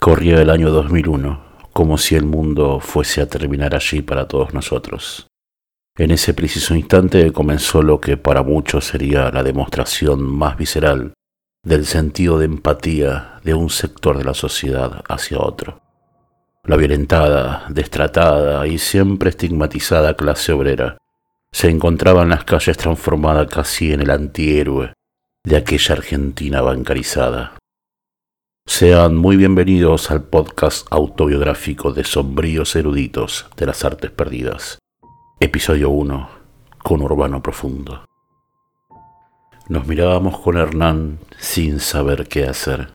Corría el año 2001, como si el mundo fuese a terminar allí para todos nosotros. En ese preciso instante comenzó lo que para muchos sería la demostración más visceral del sentido de empatía de un sector de la sociedad hacia otro. La violentada, destratada y siempre estigmatizada clase obrera se encontraba en las calles transformada casi en el antihéroe de aquella Argentina bancarizada. Sean muy bienvenidos al podcast autobiográfico de sombríos eruditos de las artes perdidas. Episodio 1, con Urbano Profundo. Nos mirábamos con Hernán sin saber qué hacer.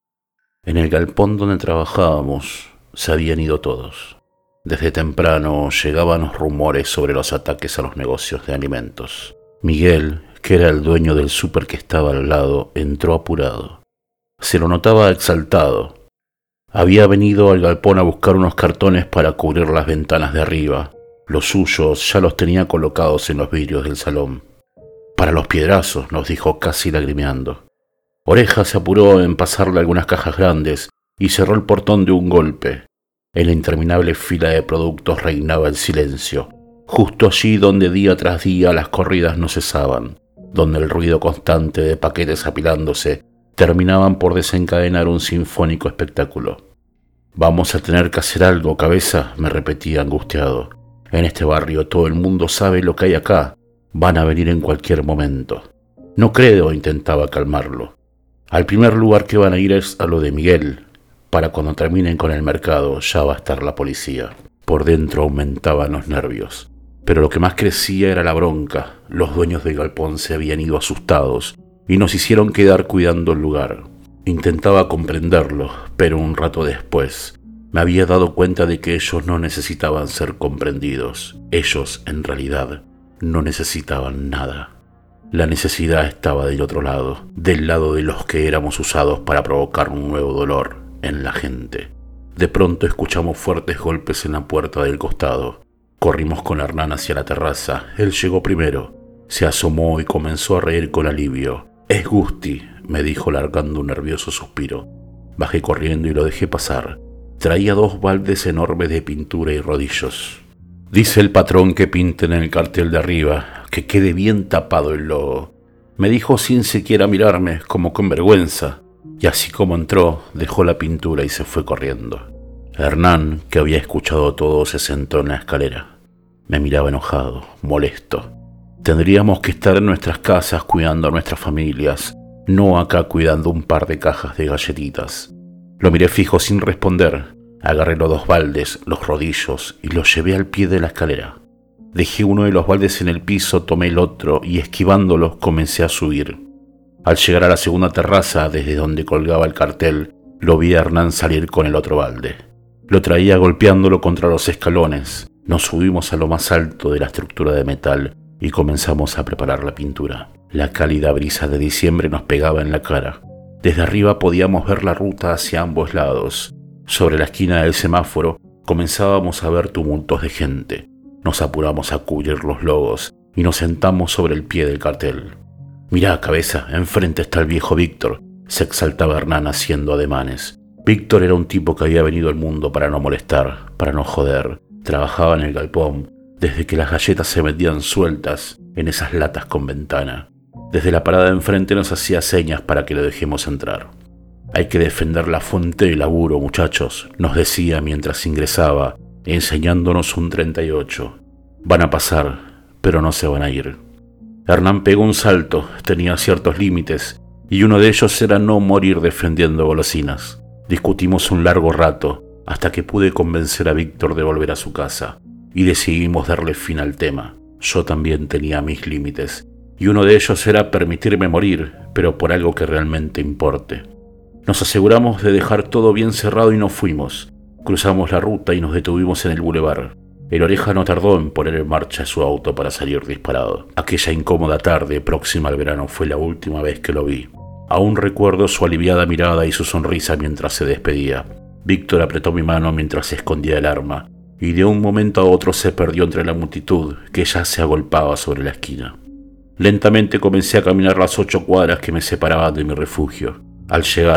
En el galpón donde trabajábamos se habían ido todos. Desde temprano llegaban los rumores sobre los ataques a los negocios de alimentos. Miguel, que era el dueño del súper que estaba al lado, entró apurado. Se lo notaba exaltado. Había venido al galpón a buscar unos cartones para cubrir las ventanas de arriba. Los suyos ya los tenía colocados en los vidrios del salón. Para los piedrazos, nos dijo casi lagrimeando. Oreja se apuró en pasarle algunas cajas grandes y cerró el portón de un golpe. En la interminable fila de productos reinaba el silencio, justo allí donde día tras día las corridas no cesaban, donde el ruido constante de paquetes apilándose terminaban por desencadenar un sinfónico espectáculo. «Vamos a tener que hacer algo, cabeza», me repetía angustiado. «En este barrio todo el mundo sabe lo que hay acá. Van a venir en cualquier momento». «No creo», intentaba calmarlo. «Al primer lugar que van a ir es a lo de Miguel. Para cuando terminen con el mercado ya va a estar la policía». Por dentro aumentaban los nervios. Pero lo que más crecía era la bronca. Los dueños del galpón se habían ido asustados y nos hicieron quedar cuidando el lugar. Intentaba comprenderlo, pero un rato después me había dado cuenta de que ellos no necesitaban ser comprendidos. Ellos, en realidad, no necesitaban nada. La necesidad estaba del otro lado, del lado de los que éramos usados para provocar un nuevo dolor en la gente. De pronto escuchamos fuertes golpes en la puerta del costado. Corrimos con Hernán hacia la terraza. Él llegó primero. Se asomó y comenzó a reír con alivio. «Es Gusti», me dijo largando un nervioso suspiro. Bajé corriendo y lo dejé pasar. Traía 2 baldes enormes de pintura y rodillos. «Dice el patrón que pinten en el cartel de arriba, que quede bien tapado el logo», me dijo sin siquiera mirarme, como con vergüenza. Y así como entró, dejó la pintura y se fue corriendo. Hernán, que había escuchado todo, se sentó en la escalera. Me miraba enojado, molesto. Tendríamos que estar en nuestras casas cuidando a nuestras familias, no acá cuidando un par de cajas de galletitas. Lo miré fijo sin responder. Agarré los 2 baldes, los rodillos y los llevé al pie de la escalera. Dejé uno de los baldes en el piso, tomé el otro y esquivándolos comencé a subir. Al llegar a la segunda terraza, desde donde colgaba el cartel, lo vi a Hernán salir con el otro balde. Lo traía golpeándolo contra los escalones. Nos subimos a lo más alto de la estructura de metal y comenzamos a preparar la pintura. La cálida brisa de diciembre nos pegaba en la cara. Desde arriba podíamos ver la ruta hacia ambos lados. Sobre la esquina del semáforo comenzábamos a ver tumultos de gente. Nos apuramos a cubrir los logos y nos sentamos sobre el pie del cartel. «Mirá, cabeza, enfrente está el viejo Víctor», se exaltaba Hernán haciendo ademanes. Víctor era un tipo que había venido al mundo para no molestar, para no joder. Trabajaba en el galpón desde que las galletas se vendían sueltas en esas latas con ventana. Desde la parada de enfrente nos hacía señas para que lo dejemos entrar. «Hay que defender la fuente de laburo, muchachos», nos decía mientras ingresaba, enseñándonos un 38. «Van a pasar, pero no se van a ir». Hernán pegó un salto, tenía ciertos límites, y uno de ellos era no morir defendiendo golosinas. Discutimos un largo rato, hasta que pude convencer a Víctor de volver a su casa, y decidimos darle fin al tema. Yo también tenía mis límites, y uno de ellos era permitirme morir, pero por algo que realmente importe. Nos aseguramos de dejar todo bien cerrado y nos fuimos. Cruzamos la ruta y nos detuvimos en el bulevar. El Oreja no tardó en poner en marcha su auto para salir disparado. Aquella incómoda tarde próxima al verano fue la última vez que lo vi. Aún recuerdo su aliviada mirada y su sonrisa mientras se despedía. Víctor apretó mi mano mientras se escondía el arma, y de un momento a otro se perdió entre la multitud que ya se agolpaba sobre la esquina. Lentamente comencé a caminar las 8 cuadras que me separaban de mi refugio. Al llegar,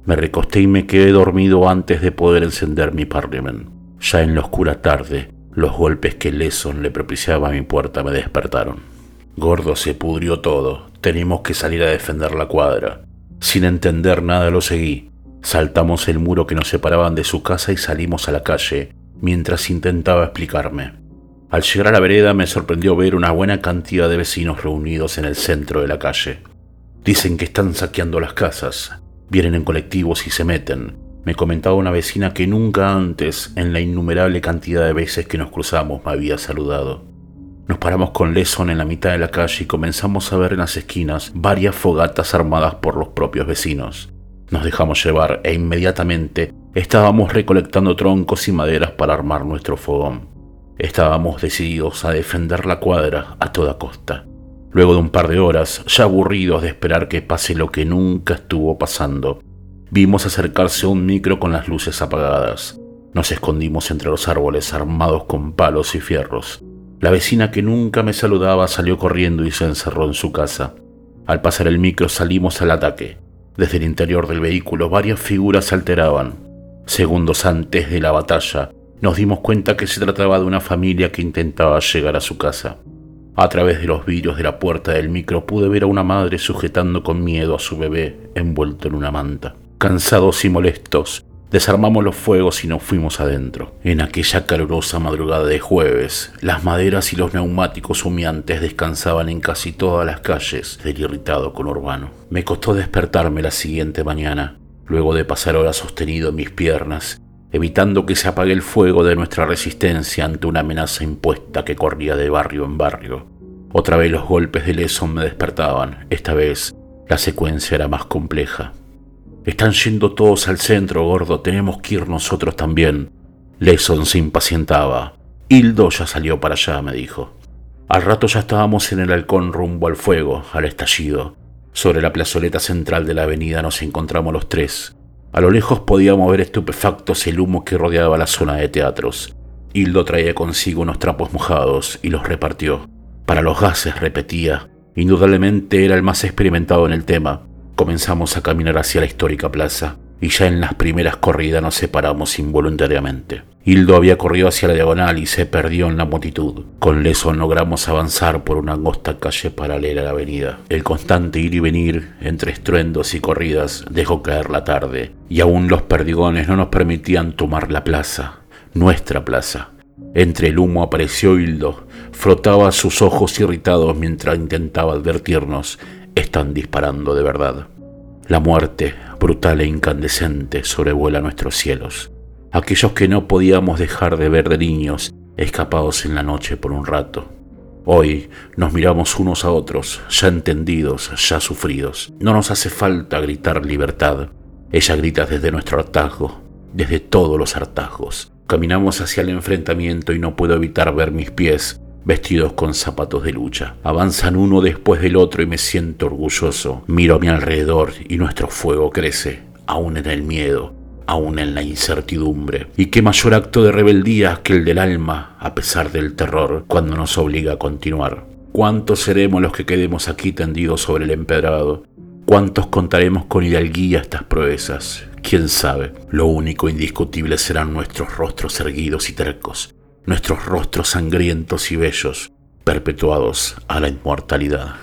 Me recosté y me quedé dormido antes de poder encender mi Parliament. Ya en la oscura tarde, los golpes que Leeson le propiciaba a mi puerta me despertaron. Gordo, se pudrió todo. Tenemos que salir a defender la cuadra. Sin entender nada lo seguí. Saltamos el muro que nos separaban de su casa y salimos a la calle, mientras intentaba explicarme. Al llegar a la vereda me sorprendió ver una buena cantidad de vecinos reunidos en el centro de la calle. Dicen que están saqueando las casas. Vienen en colectivos y se meten. Me comentaba una vecina que nunca antes, en la innumerable cantidad de veces que nos cruzamos, me había saludado. Nos paramos con Leeson en la mitad de la calle y comenzamos a ver en las esquinas varias fogatas armadas por los propios vecinos. Nos dejamos llevar e inmediatamente estábamos recolectando troncos y maderas para armar nuestro fogón. Estábamos decididos a defender la cuadra a toda costa. Luego de un par de horas, ya aburridos de esperar que pase lo que nunca estuvo pasando, vimos acercarse un micro con las luces apagadas. Nos escondimos entre los árboles armados con palos y fierros. La vecina que nunca me saludaba salió corriendo y se encerró en su casa. Al pasar el micro salimos al ataque. Desde el interior del vehículo varias figuras se alteraban. Segundos antes de la batalla, nos dimos cuenta que se trataba de una familia que intentaba llegar a su casa. A través de los vidrios de la puerta del micro pude ver a una madre sujetando con miedo a su bebé envuelto en una manta. Cansados y molestos, desarmamos los fuegos y nos fuimos adentro. En aquella calurosa madrugada de jueves, las maderas y los neumáticos humeantes descansaban en casi todas las calles del irritado conurbano. Me costó despertarme la siguiente mañana, luego de pasar horas sostenido en mis piernas, evitando que se apague el fuego de nuestra resistencia ante una amenaza impuesta que corría de barrio en barrio. Otra vez los golpes de Leeson me despertaban. Esta vez la secuencia era más compleja. «Están yendo todos al centro, gordo, tenemos que ir nosotros también». Leeson se impacientaba. «Hildo ya salió para allá», me dijo. Al rato ya estábamos en el halcón rumbo al fuego, al estallido. Sobre la plazoleta central de la avenida nos encontramos los tres. A lo lejos podíamos ver estupefactos el humo que rodeaba la zona de teatros. Hildo traía consigo unos trapos mojados y los repartió. Para los gases, repetía. Indudablemente era el más experimentado en el tema. Comenzamos a caminar hacia la histórica plaza, y ya en las primeras corridas nos separamos involuntariamente. Hildo había corrido hacia la diagonal y se perdió en la multitud. Con Leeson logramos avanzar por una angosta calle paralela a la avenida. El constante ir y venir, entre estruendos y corridas, dejó caer la tarde, y aún los perdigones no nos permitían tomar la plaza, nuestra plaza. Entre el humo apareció Hildo, frotaba sus ojos irritados mientras intentaba advertirnos: «Están disparando de verdad». La muerte, brutal e incandescente, sobrevuela nuestros cielos. Aquellos que no podíamos dejar de ver de niños, escapados en la noche por un rato. Hoy nos miramos unos a otros, ya entendidos, ya sufridos. No nos hace falta gritar libertad. Ella grita desde nuestro hartazgo, desde todos los hartazgos. Caminamos hacia el enfrentamiento y no puedo evitar ver mis pies, vestidos con zapatos de lucha. Avanzan uno después del otro y me siento orgulloso. Miro a mi alrededor y nuestro fuego crece, aún en el miedo, aún en la incertidumbre. Y qué mayor acto de rebeldía que el del alma, a pesar del terror, cuando nos obliga a continuar. ¿Cuántos seremos los que quedemos aquí tendidos sobre el empedrado? ¿Cuántos contaremos con hidalguía estas proezas? ¿Quién sabe? Lo único indiscutible serán nuestros rostros erguidos y tercos, nuestros rostros sangrientos y bellos, perpetuados a la inmortalidad.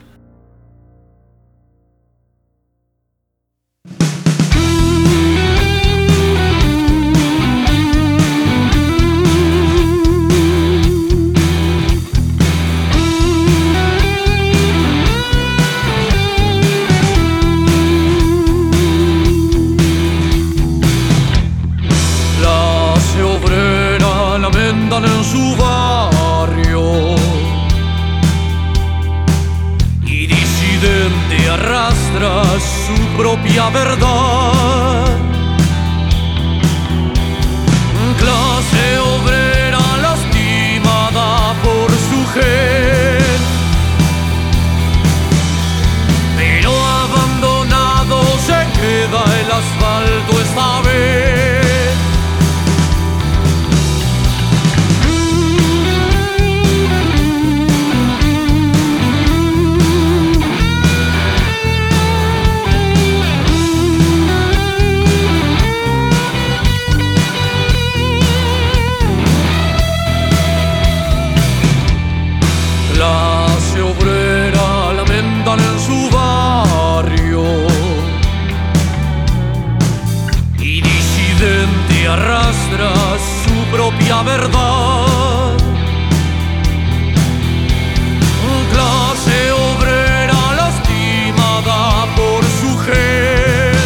En su barrio y disidente arrastra su propia verdad. Clase obrera lastimada por su gen, pero abandonado se queda el asfalto esta vez. arrastra su propia verdad. Clase obrera lastimada por su gen,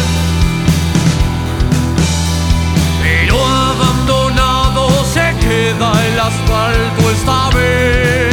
pero abandonado se queda el asfalto esta vez.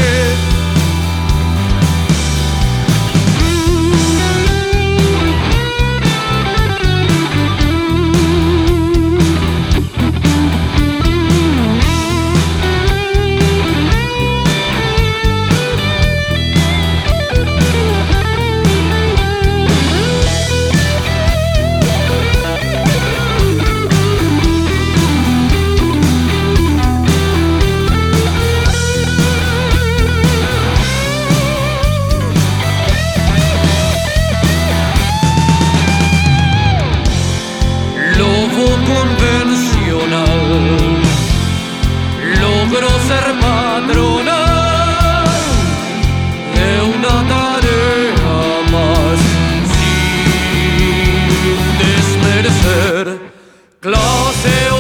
Logró ser patronal de una tarea más sin desmerecer. Clase